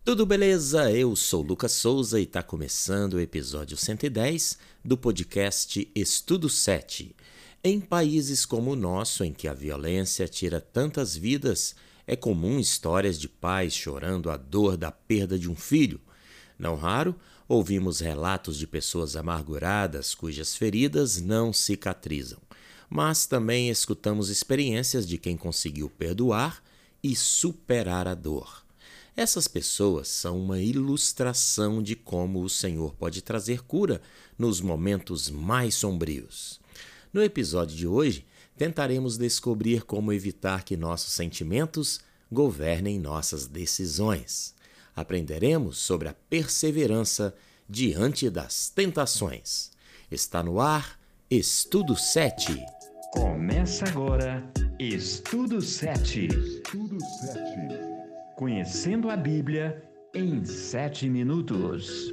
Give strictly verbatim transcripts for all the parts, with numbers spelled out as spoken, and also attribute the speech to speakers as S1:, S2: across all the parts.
S1: Tudo beleza? Eu sou Lucas Souza e está começando o episódio cento e dez do podcast Estudo sete. Em países como o nosso, em que a violência tira tantas vidas, é comum histórias de pais chorando a dor da perda de um filho. Não raro, ouvimos relatos de pessoas amarguradas cujas feridas não cicatrizam. Mas também escutamos experiências de quem conseguiu perdoar e superar a dor. Essas pessoas são uma ilustração de como o Senhor pode trazer cura nos momentos mais sombrios. No episódio de hoje, tentaremos descobrir como evitar que nossos sentimentos governem nossas decisões. Aprenderemos sobre a perseverança diante das tentações. Está no ar Estudo sete.
S2: Começa agora Estudo sete.
S3: Estudo sete.
S2: Conhecendo a Bíblia em sete minutos.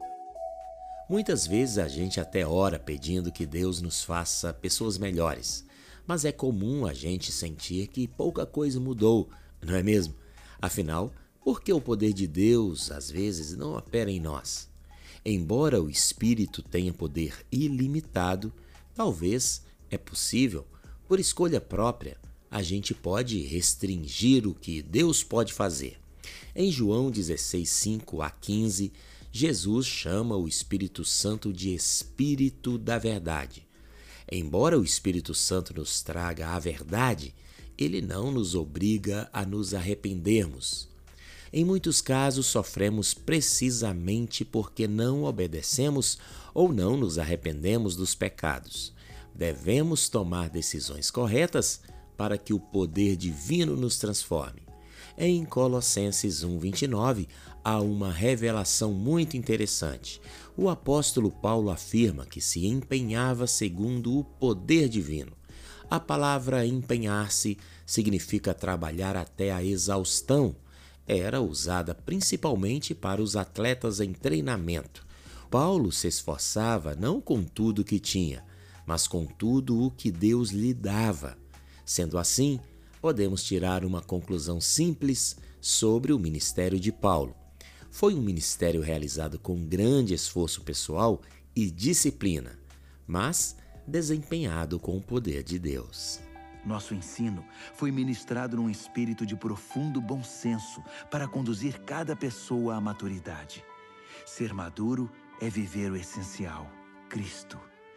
S1: Muitas vezes a gente até ora pedindo que Deus nos faça pessoas melhores, mas é comum a gente sentir que pouca coisa mudou, não é mesmo? Afinal, por que o poder de Deus às vezes não opera em nós? Embora o Espírito tenha poder ilimitado, talvez é possível, por escolha própria, a gente pode restringir o que Deus pode fazer. Em João dezesseis, cinco a quinze, Jesus chama o Espírito Santo de Espírito da Verdade. Embora o Espírito Santo nos traga a verdade, ele não nos obriga a nos arrependermos. Em muitos casos, sofremos precisamente porque não obedecemos ou não nos arrependemos dos pecados. Devemos tomar decisões corretas para que o poder divino nos transforme. Em Colossenses um, vinte e nove, há uma revelação muito interessante. O apóstolo Paulo afirma que se empenhava segundo o poder divino. A palavra empenhar-se significa trabalhar até a exaustão. Era usada principalmente para os atletas em treinamento. Paulo se esforçava não com tudo o que tinha, mas com tudo o que Deus lhe dava. Sendo assim, podemos tirar uma conclusão simples sobre o ministério de Paulo. Foi um ministério realizado com grande esforço pessoal e disciplina, mas desempenhado com o poder de Deus.
S4: Nosso ensino foi ministrado num espírito de profundo bom senso para conduzir cada pessoa à maturidade. Ser maduro é viver o essencial, Cristo.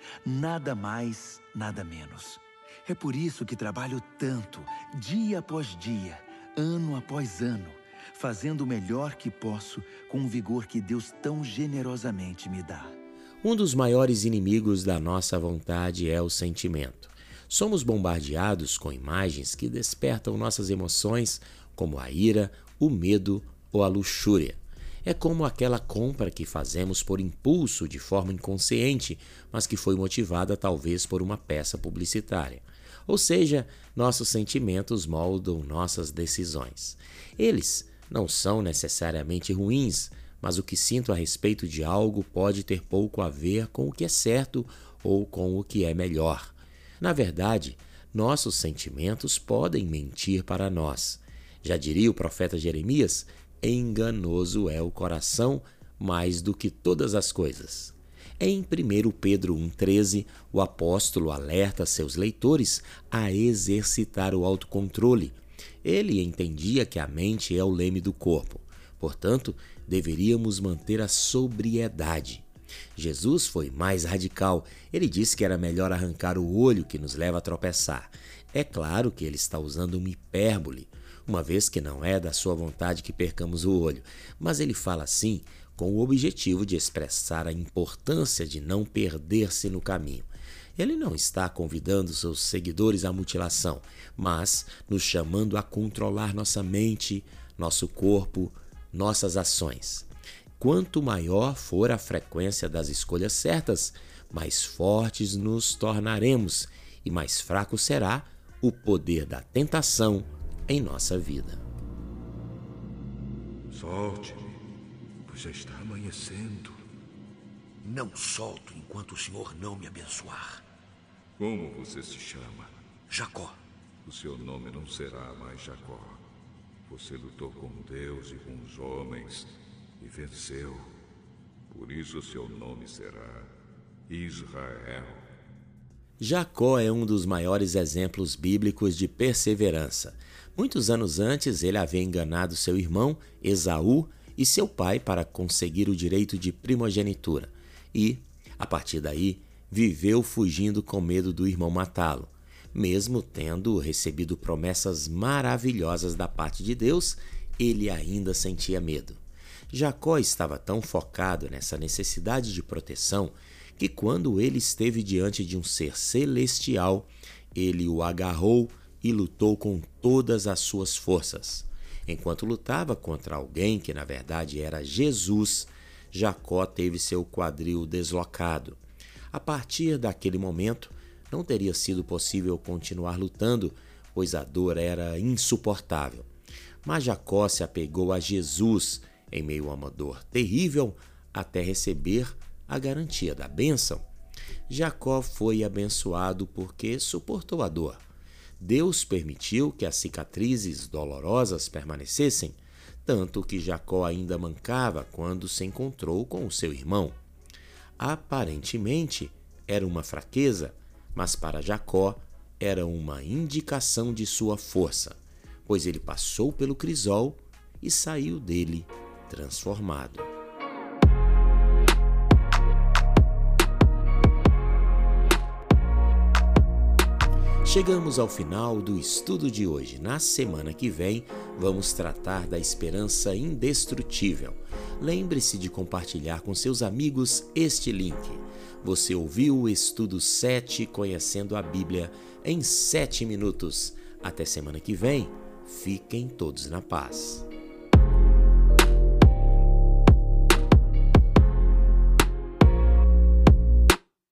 S4: Nada mais, nada menos. É por isso que trabalho tanto, dia após dia, ano após ano, fazendo o melhor que posso com o vigor que Deus tão generosamente me dá.
S1: Um dos maiores inimigos da nossa vontade é o sentimento. Somos bombardeados com imagens que despertam nossas emoções, como a ira, o medo ou a luxúria. É como aquela compra que fazemos por impulso de forma inconsciente, mas que foi motivada talvez por uma peça publicitária. Ou seja, nossos sentimentos moldam nossas decisões. Eles não são necessariamente ruins, mas o que sinto a respeito de algo pode ter pouco a ver com o que é certo ou com o que é melhor. Na verdade, nossos sentimentos podem mentir para nós. Já diria o profeta Jeremias, enganoso é o coração mais do que todas as coisas. Em primeiro Pedro um, treze, o apóstolo alerta seus leitores a exercitar o autocontrole. Ele entendia que a mente é o leme do corpo. Portanto, deveríamos manter a sobriedade. Jesus foi mais radical. Ele disse que era melhor arrancar o olho que nos leva a tropeçar. É claro que ele está usando uma hipérbole, uma vez que não é da sua vontade que percamos o olho, mas ele fala assim com o objetivo de expressar a importância de não perder-se no caminho. Ele não está convidando seus seguidores à mutilação, mas nos chamando a controlar nossa mente, nosso corpo, nossas ações. Quanto maior for a frequência das escolhas certas, mais fortes nos tornaremos e mais fraco será o poder da tentação em nossa vida.
S3: Solte-me, pois já está amanhecendo.
S5: Não solto enquanto o senhor não me abençoar.
S3: Como você se chama?
S5: Jacó.
S3: O seu nome não será mais Jacó. Você lutou com Deus e com os homens e venceu. Por isso seu nome será Israel.
S1: Jacó é um dos maiores exemplos bíblicos de perseverança. Muitos anos antes, ele havia enganado seu irmão Esaú e seu pai para conseguir o direito de primogenitura. E, a partir daí, viveu fugindo com medo do irmão matá-lo. Mesmo tendo recebido promessas maravilhosas da parte de Deus, ele ainda sentia medo. Jacó estava tão focado nessa necessidade de proteção que quando ele esteve diante de um ser celestial, ele o agarrou e lutou com todas as suas forças. Enquanto lutava contra alguém que na verdade era Jesus, Jacó teve seu quadril deslocado. A partir daquele momento, não teria sido possível continuar lutando, pois a dor era insuportável. Mas Jacó se apegou a Jesus em meio a uma dor terrível até receber a garantia da bênção. Jacó foi abençoado porque suportou a dor. Deus permitiu que as cicatrizes dolorosas permanecessem, tanto que Jacó ainda mancava quando se encontrou com o seu irmão. Aparentemente, era uma fraqueza, mas para Jacó era uma indicação de sua força, pois ele passou pelo crisol e saiu dele transformado. Chegamos ao final do estudo de hoje. Na semana que vem, vamos tratar da esperança indestrutível. Lembre-se de compartilhar com seus amigos este link. Você ouviu o Estudo sete, Conhecendo a Bíblia em sete minutos. Até semana que vem. Fiquem todos na paz.